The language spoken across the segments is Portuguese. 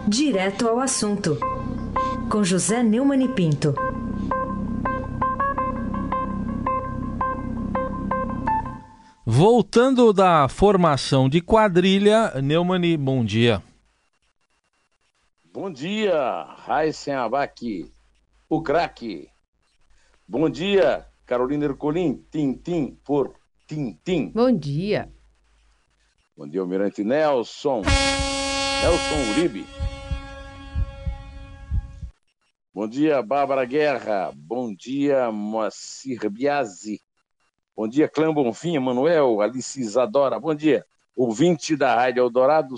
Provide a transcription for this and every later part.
Direto ao assunto, com José Neumann e Pinto. Voltando da formação de quadrilha, Neumann, bom dia. Bom dia, Raíssen Abac, o craque. Bom dia, Carolina Ercolim, tintim por tintim. Bom dia. Bom dia, Almirante Nelson Uribe. Bom dia, Bárbara Guerra. Bom dia, Moacir Biasi. Bom dia, Clã Bonfim, Manuel, Alice Isadora. Bom dia, ouvinte da Rádio Eldorado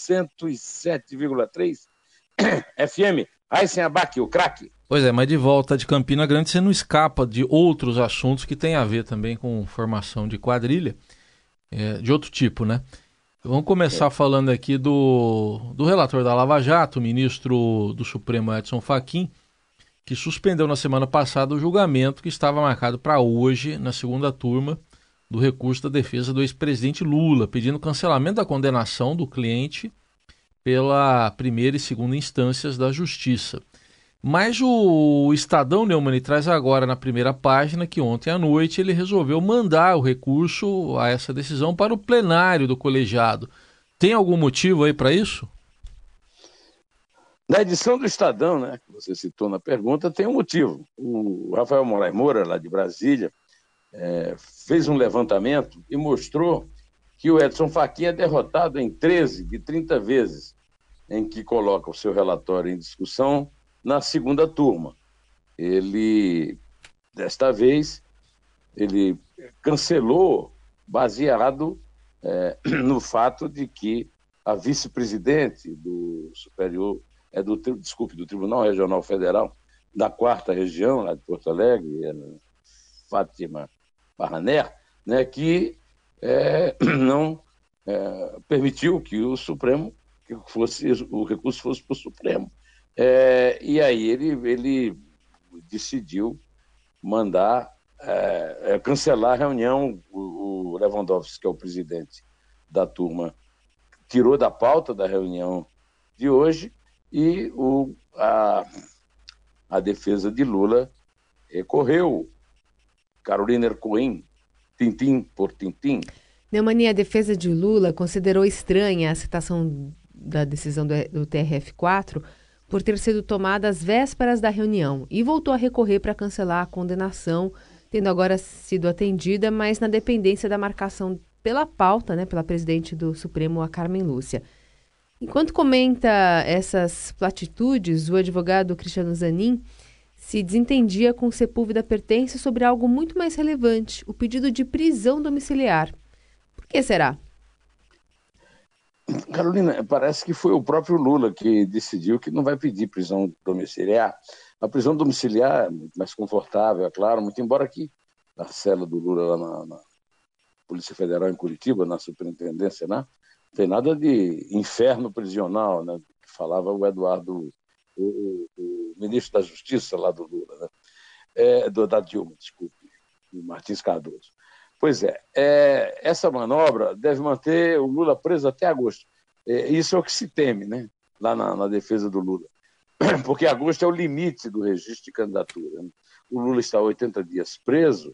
107,3 FM. Raíssen Abac, o craque. Pois é, mas de volta de Campina Grande você não escapa de outros assuntos que têm a ver também com formação de quadrilha, de outro tipo, né? Vamos começar falando aqui do relator da Lava Jato, o ministro do Supremo Edson Fachin, que suspendeu na semana passada o julgamento que estava marcado para hoje, na segunda turma, do recurso da defesa do ex-presidente Lula, pedindo cancelamento da condenação do cliente pela primeira e segunda instâncias da Justiça. Mas o Estadão, Neumann, traz agora na primeira página que ontem à noite ele resolveu mandar o recurso a essa decisão para o plenário do colegiado. Tem algum motivo aí para isso? Na edição do Estadão, né, que você citou na pergunta, tem um motivo. O Rafael Moraes Moura, lá de Brasília, fez um levantamento e mostrou que o Edson Fachin é derrotado em 13 de 30 vezes em que coloca o seu relatório em discussão na segunda turma. Desta vez, ele cancelou baseado no fato de que a vice-presidente do do Tribunal Regional Federal da 4ª Região, lá de Porto Alegre, Fátima Barraner, né, que não permitiu que o recurso fosse para o Supremo. E aí ele decidiu mandar cancelar a reunião. O Lewandowski, que é o presidente da turma, tirou da pauta da reunião de hoje e a defesa de Lula recorreu. Carolina Ercolim, tintim por tintim. Neumann, a defesa de Lula considerou estranha a citação da decisão do TRF4 por ter sido tomada às vésperas da reunião e voltou a recorrer para cancelar a condenação, tendo agora sido atendida, mas na dependência da marcação pela pauta, né, pela presidente do Supremo, a Carmen Lúcia. Enquanto comenta essas platitudes, o advogado Cristiano Zanin se desentendia com Sepúlveda Pertence sobre algo muito mais relevante, o pedido de prisão domiciliar. Por que será? Carolina, parece que foi o próprio Lula que decidiu que não vai pedir prisão domiciliar. A prisão domiciliar é muito mais confortável, é claro, muito embora aqui na cela do Lula, lá na Polícia Federal em Curitiba, na superintendência, né? Não tem nada de inferno prisional, né? Que falava o Eduardo, o ministro da Justiça lá do Lula, né? Da Dilma, desculpe, o Martins Cardoso. Pois essa manobra deve manter o Lula preso até agosto. Isso é o que se teme, né? Lá na defesa do Lula. Porque agosto é o limite do registro de candidatura, né? O Lula está 80 dias preso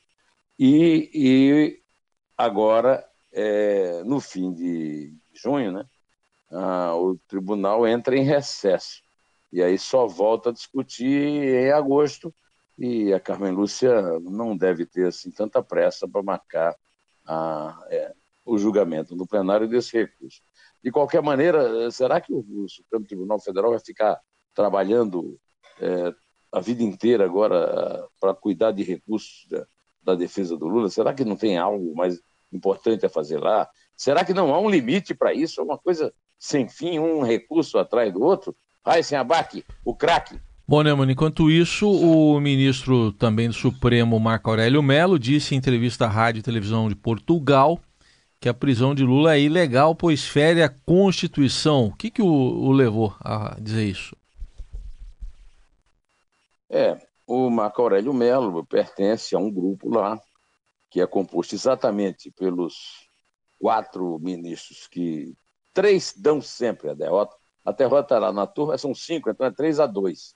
e agora, no fim de junho, né, o tribunal entra em recesso. E aí só volta a discutir em agosto. E a Carmen Lúcia não deve ter assim, tanta pressa para marcar o julgamento no plenário desse recurso. De qualquer maneira, será que o Supremo Tribunal Federal vai ficar trabalhando a vida inteira agora para cuidar de recursos da defesa do Lula? Será que não tem algo mais importante a fazer lá? Será que não há um limite para isso? É uma coisa sem fim, um recurso atrás do outro? Raíssen Abac, o craque. Bom, Neumann, enquanto isso, o ministro também do Supremo, Marco Aurélio Mello, disse em entrevista à Rádio e Televisão de Portugal que a prisão de Lula é ilegal, pois fere a Constituição. O que o levou a dizer isso? O Marco Aurélio Mello pertence a um grupo lá que é composto exatamente pelos 4 ministros que 3 dão sempre a derrota, A derrota lá na turma são 5, então é 3-2.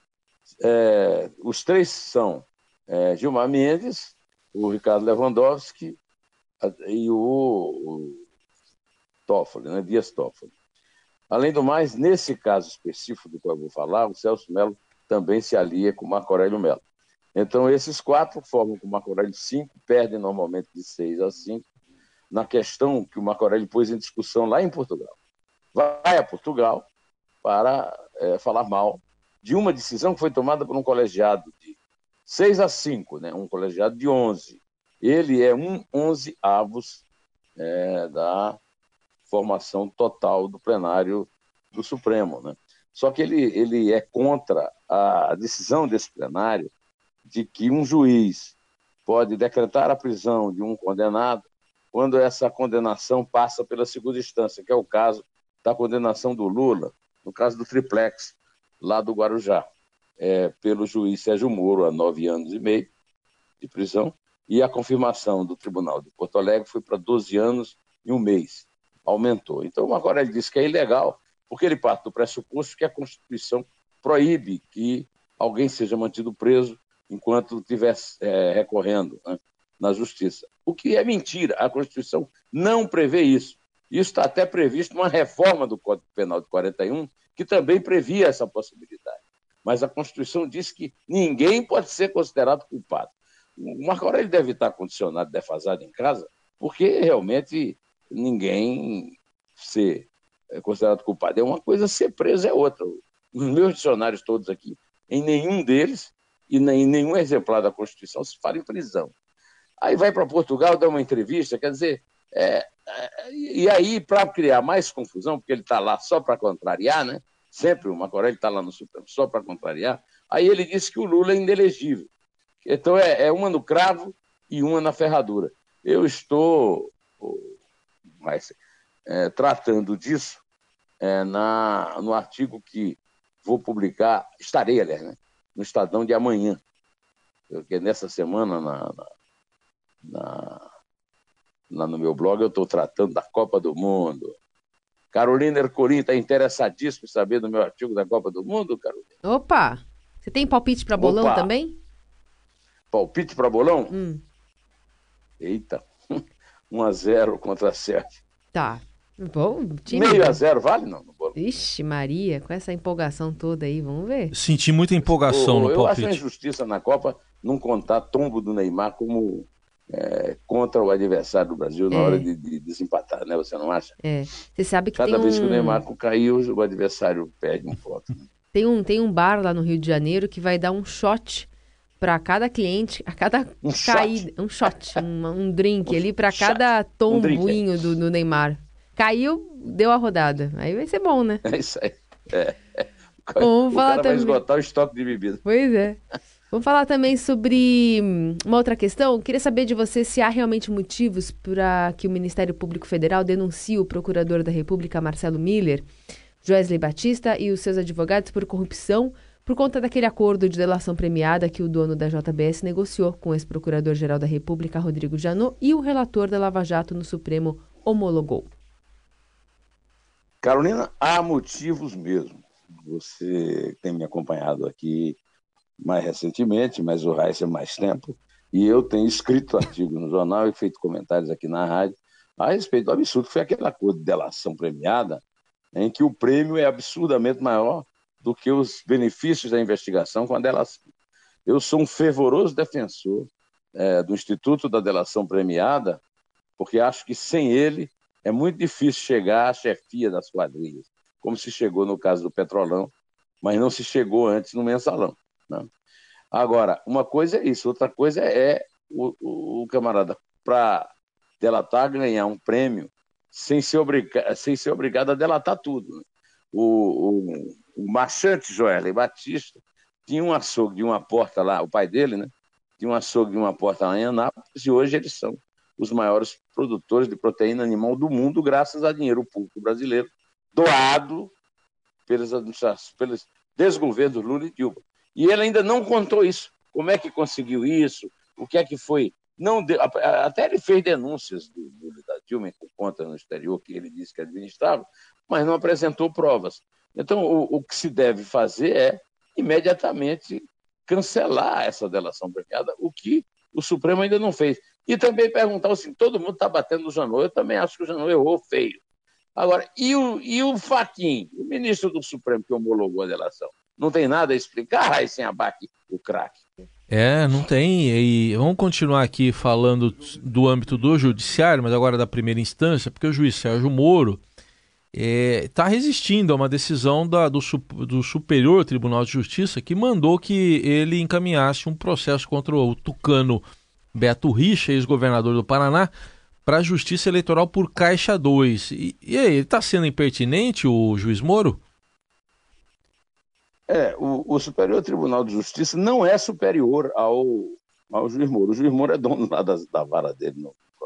Os três são Gilmar Mendes, o Ricardo Lewandowski e o Toffoli, né? Dias Toffoli. Além do mais, nesse caso específico do qual eu vou falar, o Celso Melo também se alia com o Marco Aurélio Melo. Então, esses 4 formam com o Marco Aurélio 5, perdem normalmente de 6-5, na questão que o Marco Aurélio pôs em discussão lá em Portugal. Vai a Portugal para falar mal de uma decisão que foi tomada por um colegiado de 6-5, né? Um colegiado de 11. Ele é 11avos da formação total do plenário do Supremo, né? Só que ele é contra a decisão desse plenário de que um juiz pode decretar a prisão de um condenado quando essa condenação passa pela segunda instância, que é o caso da condenação do Lula, no caso do triplex, lá do Guarujá, pelo juiz Sérgio Moro, a 9 anos e meio de prisão, e a confirmação do Tribunal de Porto Alegre foi para 12 anos e 1 mês. Aumentou. Então, o Marco Aurélio disse que é ilegal, porque ele parte do pressuposto que a Constituição proíbe que alguém seja mantido preso enquanto estiver recorrendo, né, na Justiça. O que é mentira. A Constituição não prevê isso. Isso está até previsto numa reforma do Código Penal de 41, que também previa essa possibilidade. Mas a Constituição diz que ninguém pode ser considerado culpado. O Marco Aurélio deve estar condicionado, defasado em casa, porque realmente ninguém ser considerado culpado é uma coisa, ser preso é outra. Os meus dicionários todos aqui, em nenhum deles e em nenhum exemplar da Constituição se fala em prisão. Aí vai para Portugal, dá uma entrevista, quer dizer, e aí, para criar mais confusão, porque ele está lá só para contrariar, né? Sempre o Marco Aurélio está lá no Supremo só para contrariar, aí ele disse que o Lula é inelegível. Então é uma no cravo e uma na ferradura. Eu estou tratando disso no artigo que vou publicar, estarei, aliás, né, no Estadão de amanhã, porque nessa semana no meu blog eu estou tratando da Copa do Mundo. Carolina Ercolim está interessadíssima em saber do meu artigo da Copa do Mundo, Carolina? Opa! Você tem palpite para bolão também? Palpite para bolão? Eita, 1-0 contra a Sérvia. Tá. Bom, time. 0-0 vale não? No bolão. Ixi, Maria, com essa empolgação toda aí, vamos ver. Senti muita empolgação no palpite. Eu acho uma injustiça na Copa não contar tombo do Neymar como contra o adversário do Brasil na hora de desempatar, né? Você não acha? Você sabe que cada vez que o Neymar caiu, o adversário perde um ponto. Né? Tem um bar lá no Rio de Janeiro que vai dar um shot para cada cliente, a cada caída, um drink ali para cada tomboinho do Neymar. Caiu, deu a rodada. Aí vai ser bom, né? É isso aí. Vamos falar cara também. vai esgotar o estoque de bebida. Pois é. Vamos falar também sobre uma outra questão. Queria saber de você se há realmente motivos para que o Ministério Público Federal denuncie o procurador da República, Marcelo Miller, Joesley Batista e os seus advogados por corrupção por conta daquele acordo de delação premiada que o dono da JBS negociou com o ex-procurador-geral da República, Rodrigo Janot, e o relator da Lava Jato no Supremo homologou. Carolina, há motivos mesmo. Você tem me acompanhado aqui mais recentemente, mas o Raíssa há mais tempo, e eu tenho escrito artigos no jornal e feito comentários aqui na rádio a respeito do absurdo que foi aquele acordo de delação premiada, em que o prêmio é absurdamente maior do que os benefícios da investigação com a delação. Eu sou um fervoroso defensor do Instituto da Delação Premiada, porque acho que sem ele é muito difícil chegar à chefia das quadrilhas, como se chegou no caso do Petrolão, mas não se chegou antes no Mensalão. Né? Agora, uma coisa é isso, outra coisa é o camarada, para delatar, ganhar um prêmio sem ser obrigado a delatar tudo. Né? O marchante Joesley Batista tinha um açougue de uma porta lá, o pai dele, né? Tinha um açougue de uma porta lá em Anápolis, e hoje eles são os maiores produtores de proteína animal do mundo, graças a dinheiro público brasileiro doado pelos desgovernos Lula e Dilma. E ele ainda não contou isso. Como é que conseguiu isso? O que é que foi? Não deu, até ele fez denúncias Tilman com conta no exterior que ele disse que administrava, mas não apresentou provas. Então, o que se deve fazer é imediatamente cancelar essa delação premiada, o que o Supremo ainda não fez. E também perguntar assim, todo mundo está batendo no Janot, eu também acho que o Janot errou feio. Agora, e o Fachin, o ministro do Supremo que homologou a delação? Não tem nada a explicar, Raíssen Abac, o craque? Não tem. E vamos continuar aqui falando do âmbito do judiciário, mas agora da primeira instância, porque o juiz Sérgio Moro está resistindo a uma decisão do Superior Tribunal de Justiça que mandou que ele encaminhasse um processo contra o tucano Beto Richa, ex-governador do Paraná, para a Justiça Eleitoral por Caixa 2. E aí, ele está sendo impertinente, o juiz Moro? O Superior Tribunal de Justiça não é superior ao juiz Moro. O juiz Moro é dono lá da vara dele.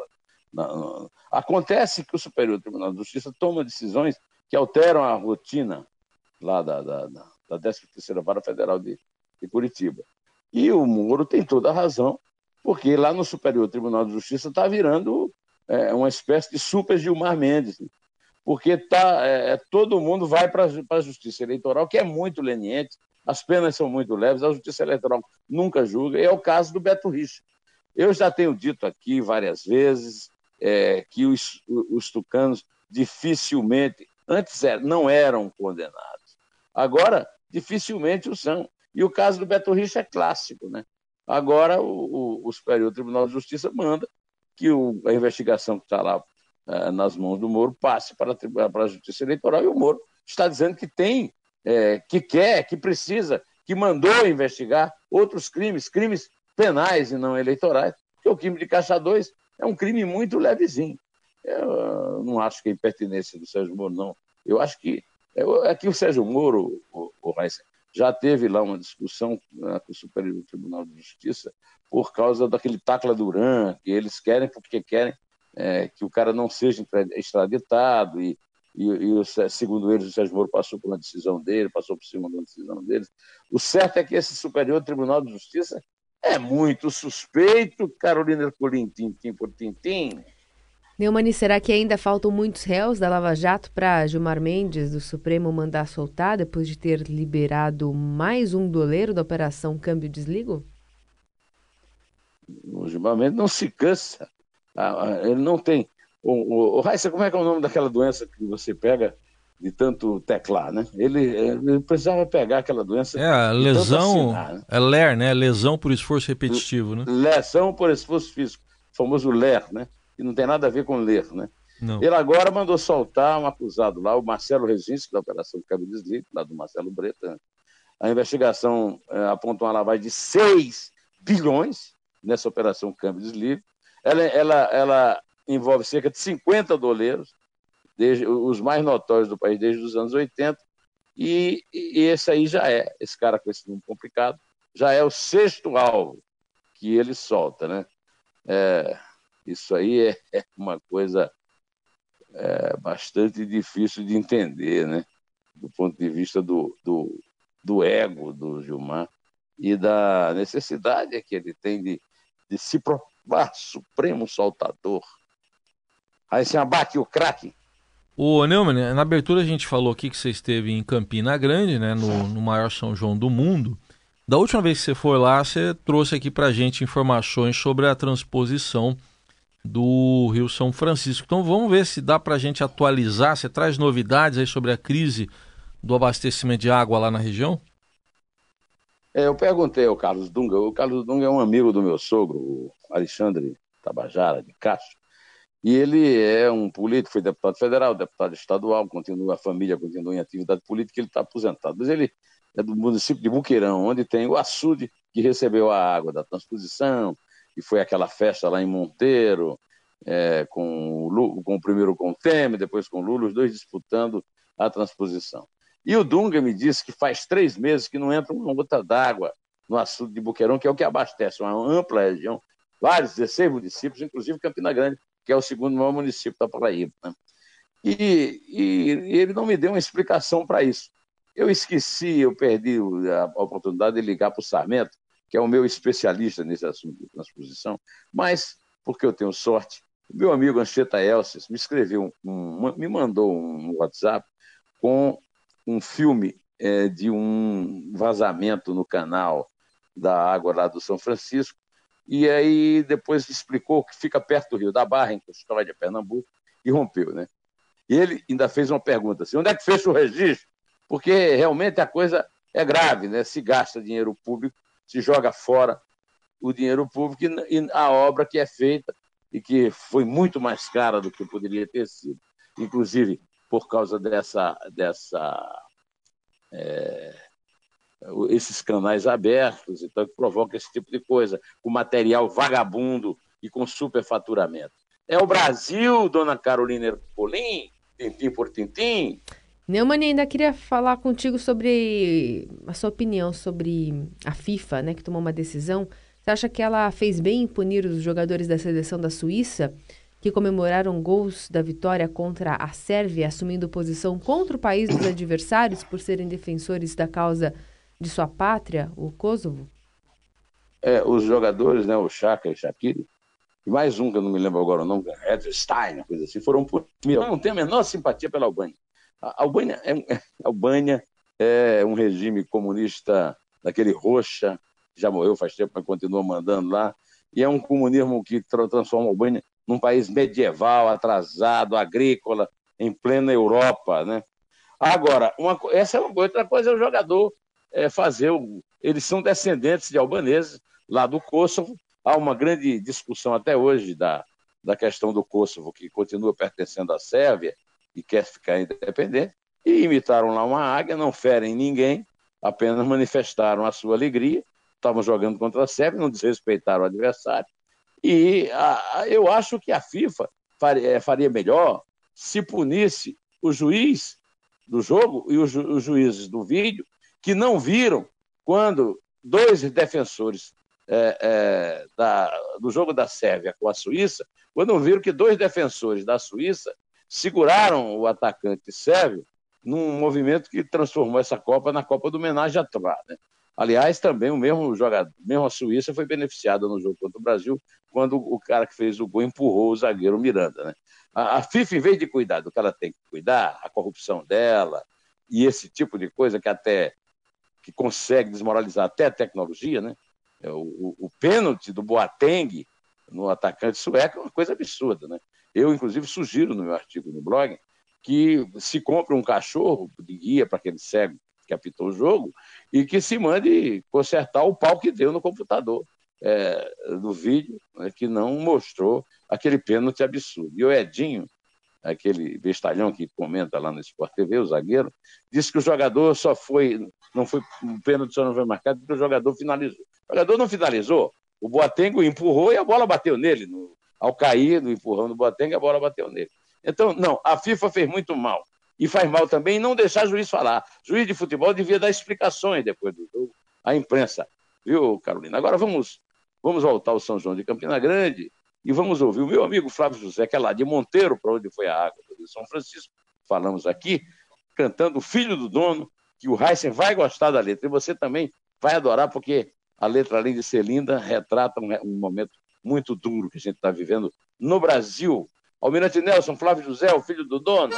Acontece que o Superior Tribunal de Justiça toma decisões que alteram a rotina lá da 13ª Vara Federal de Curitiba. E o Moro tem toda a razão, porque lá no Superior Tribunal de Justiça está virando uma espécie de super Gilmar Mendes, porque todo mundo vai para a Justiça Eleitoral, que é muito leniente, as penas são muito leves, a Justiça Eleitoral nunca julga, e é o caso do Beto Richa. Eu já tenho dito aqui várias vezes que os tucanos dificilmente, antes não eram condenados, agora dificilmente o são. E o caso do Beto Richa é clássico, né? Agora o Superior Tribunal de Justiça manda que a investigação que está lá nas mãos do Moro passe para a Justiça Eleitoral, e o Moro está dizendo que tem, que quer, que precisa, que mandou investigar outros crimes penais e não eleitorais, porque o crime de Caixa 2 é um crime muito levezinho. Eu não acho que é impertinência do Sérgio Moro, não. Eu acho que o Sérgio Moro, o Raíssen, já teve lá uma discussão com o Superior Tribunal de Justiça por causa daquele Tacla Duran, que eles querem porque querem que o cara não seja extraditado, e segundo eles, o Sérgio Moro passou por uma decisão dele, passou por cima de uma decisão deles. O certo é que esse Superior Tribunal de Justiça é muito suspeito, Carolina Ercolim, tintim por tintim. Neumani, será que ainda faltam muitos réus da Lava Jato para Gilmar Mendes, do Supremo, mandar soltar depois de ter liberado mais um doleiro da Operação Câmbio Desligo? O Gilmar Mendes não se cansa. Ele não tem... O Raíssa, como é que é o nome daquela doença que você pega de tanto teclar, né? Ele precisava pegar aquela doença... a lesão... Assinar, né? É LER, né? Lesão por esforço repetitivo, né? Lesão por esforço físico. O famoso LER, né? Que não tem nada a ver com ler, né? Não. Ele agora mandou soltar um acusado lá, o Marcelo Rezinski, da Operação Câmbio Desligo, lá do Marcelo Breta, né? A investigação apontou uma lavagem de 6 bilhões nessa Operação Câmbio Desligo. Ela envolve cerca de 50 doleiros, os mais notórios do país desde os anos 80, e esse aí esse cara com esse nome complicado, já é o 6º alvo que ele solta, né? Isso aí é uma coisa bastante difícil de entender, né? Do ponto de vista do ego do Gilmar e da necessidade que ele tem de se provar supremo soltador. Aí se abate o craque. Ô, Neumann, na abertura a gente falou aqui que você esteve em Campina Grande, né, no maior São João do mundo. Da última vez que você foi lá, você trouxe aqui pra gente informações sobre a transposição do Rio São Francisco. Então vamos ver se dá pra gente atualizar. Você traz novidades aí sobre a crise do abastecimento de água lá na região? Eu perguntei ao Carlos Dunga. O Carlos Dunga é um amigo do meu sogro, o Alexandre Tabajara de Castro. E ele é um político, foi deputado federal, deputado estadual, a família continua em atividade política, ele está aposentado. Mas ele é do município de Buqueirão, onde tem o açude que recebeu a água da transposição, e foi aquela festa lá em Monteiro, primeiro com o Temer, depois com o Lula, os dois disputando a transposição. E o Dunga me disse que faz 3 meses que não entra uma gota d'água no açude de Buqueirão, que é o que abastece uma ampla região, vários 16 municípios, inclusive Campina Grande, que é o 2º maior município da Paraíba, né? E ele não me deu uma explicação para isso. Eu perdi a oportunidade de ligar para o Sarmento, que é o meu especialista nesse assunto de transposição, mas, porque eu tenho sorte, O meu amigo Anchieta Elces me escreveu, me mandou um WhatsApp com um filme de um vazamento no canal da água lá do São Francisco, e aí depois explicou que fica perto do Rio da Barra, em Custódia, Pernambuco, e rompeu, né? E ele ainda fez uma pergunta assim, onde é que fecha o registro? Porque realmente a coisa é grave, né? Se gasta dinheiro público, se joga fora o dinheiro público e a obra que é feita e que foi muito mais cara do que poderia ter sido. Inclusive, por causa esses canais abertos, então, que provoca esse tipo de coisa, com material vagabundo e com superfaturamento. É o Brasil, dona Carolina Ercolim, tintim por tintim. Neumann, ainda queria falar contigo sobre a sua opinião sobre a FIFA, né, que tomou uma decisão. Você acha que ela fez bem em punir os jogadores da seleção da Suíça, que comemoraram gols da vitória contra a Sérvia, assumindo posição contra o país dos adversários por serem defensores da causa de sua pátria, o Kosovo? Os jogadores, né, o Chaka e Shaqiri, e mais um que eu não me lembro agora o nome, Edstein, uma coisa assim, foram por mim. Eu não tenho a menor simpatia pela Albânia. A Albânia é um regime comunista daquele roxa, já morreu faz tempo, mas continua mandando lá, e é um comunismo que transforma a Albânia num país medieval, atrasado, agrícola, em plena Europa, né? Agora, essa é uma coisa, outra coisa é o jogador fazer. Eles são descendentes de albaneses lá do Kosovo. Há uma grande discussão até hoje da questão do Kosovo, que continua pertencendo à Sérvia e quer ficar independente, e imitaram lá uma águia, não ferem ninguém, apenas manifestaram a sua alegria, estavam jogando contra a Sérvia, não desrespeitaram o adversário, e eu acho que a FIFA faria melhor se punisse o juiz do jogo e os juízes do vídeo, que não viram quando dois defensores do jogo da Sérvia com a Suíça, quando viram que dois defensores da Suíça seguraram o atacante sérvio num movimento que transformou essa Copa na Copa do homenagem a Trois, né? Aliás, também o mesmo jogador, mesmo a Suíça foi beneficiada no jogo contra o Brasil, quando o cara que fez o gol empurrou o zagueiro Miranda, né? A FIFA, em vez de cuidar do que ela tem que cuidar, a corrupção dela e esse tipo de coisa que consegue desmoralizar até a tecnologia, né? O pênalti do Boateng no atacante sueco é uma coisa absurda, né? Eu, inclusive, sugiro no meu artigo no blog que se compre um cachorro de guia para aquele cego que apitou o jogo e que se mande consertar o pau que deu no computador do vídeo, né, que não mostrou aquele pênalti absurdo. E o Edinho, aquele bestalhão que comenta lá no Sport TV, o zagueiro, disse que o jogador não foi um pênalti, só não foi marcado porque o jogador finalizou. O jogador não finalizou, o Boateng o empurrou e a bola bateu nele. Ao cair do empurrão do Boateng, a bola bateu nele. Então, não, a FIFA fez muito mal. E faz mal também não deixar juiz falar. Juiz de futebol devia dar explicações depois do jogo à imprensa. Viu, Carolina? Agora vamos voltar ao São João de Campina Grande e vamos ouvir o meu amigo Flávio José, que é lá de Monteiro, para onde foi a água do São Francisco. Falamos aqui, cantando O Filho do Dono, que o Heisen vai gostar da letra. E você também vai adorar, porque a letra, além de ser linda, retrata um momento muito duro que a gente está vivendo no Brasil. Almirante Nelson, Flávio José, O Filho do Dono.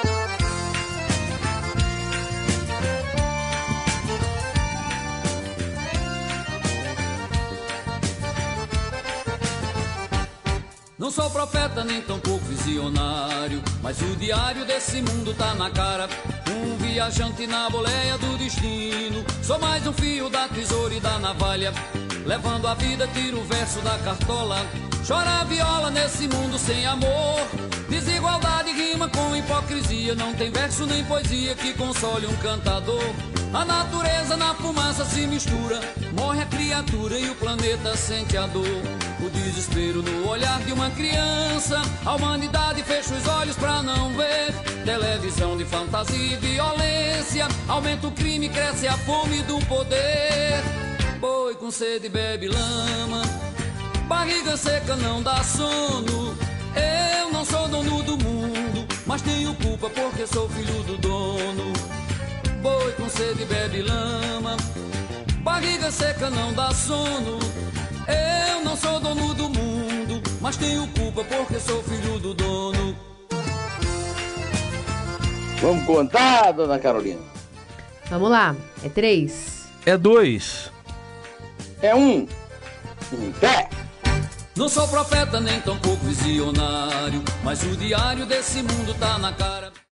Não sou profeta nem tampouco visionário, mas o diário desse mundo tá na cara. Um viajante na boleia do destino. Sou mais um fio da tesoura e da navalha, levando a vida, tiro o verso da cartola. Chora a viola nesse mundo sem amor. Desigualdade rima com hipocrisia. Não tem verso nem poesia que console um cantador. A natureza na fumaça se mistura. Morre a criatura e o planeta sente a dor. O desespero no olhar de uma criança. A humanidade fecha os olhos pra não ver. Televisão de fantasia e violência. Aumenta o crime, cresce a fome do poder. Boi com sede bebe lama. Barriga seca não dá sono. Eu não sou dono do mundo, mas tenho culpa porque sou filho do dono. Boi com sede bebe lama. Barriga seca não dá sono. Eu não sou dono do mundo, mas tenho culpa porque sou filho do dono. Vamos contar, dona Carolina? Vamos lá, é 3. É 2. É 1. Pé! Não sou profeta nem tampouco visionário, mas o diário desse mundo tá na cara.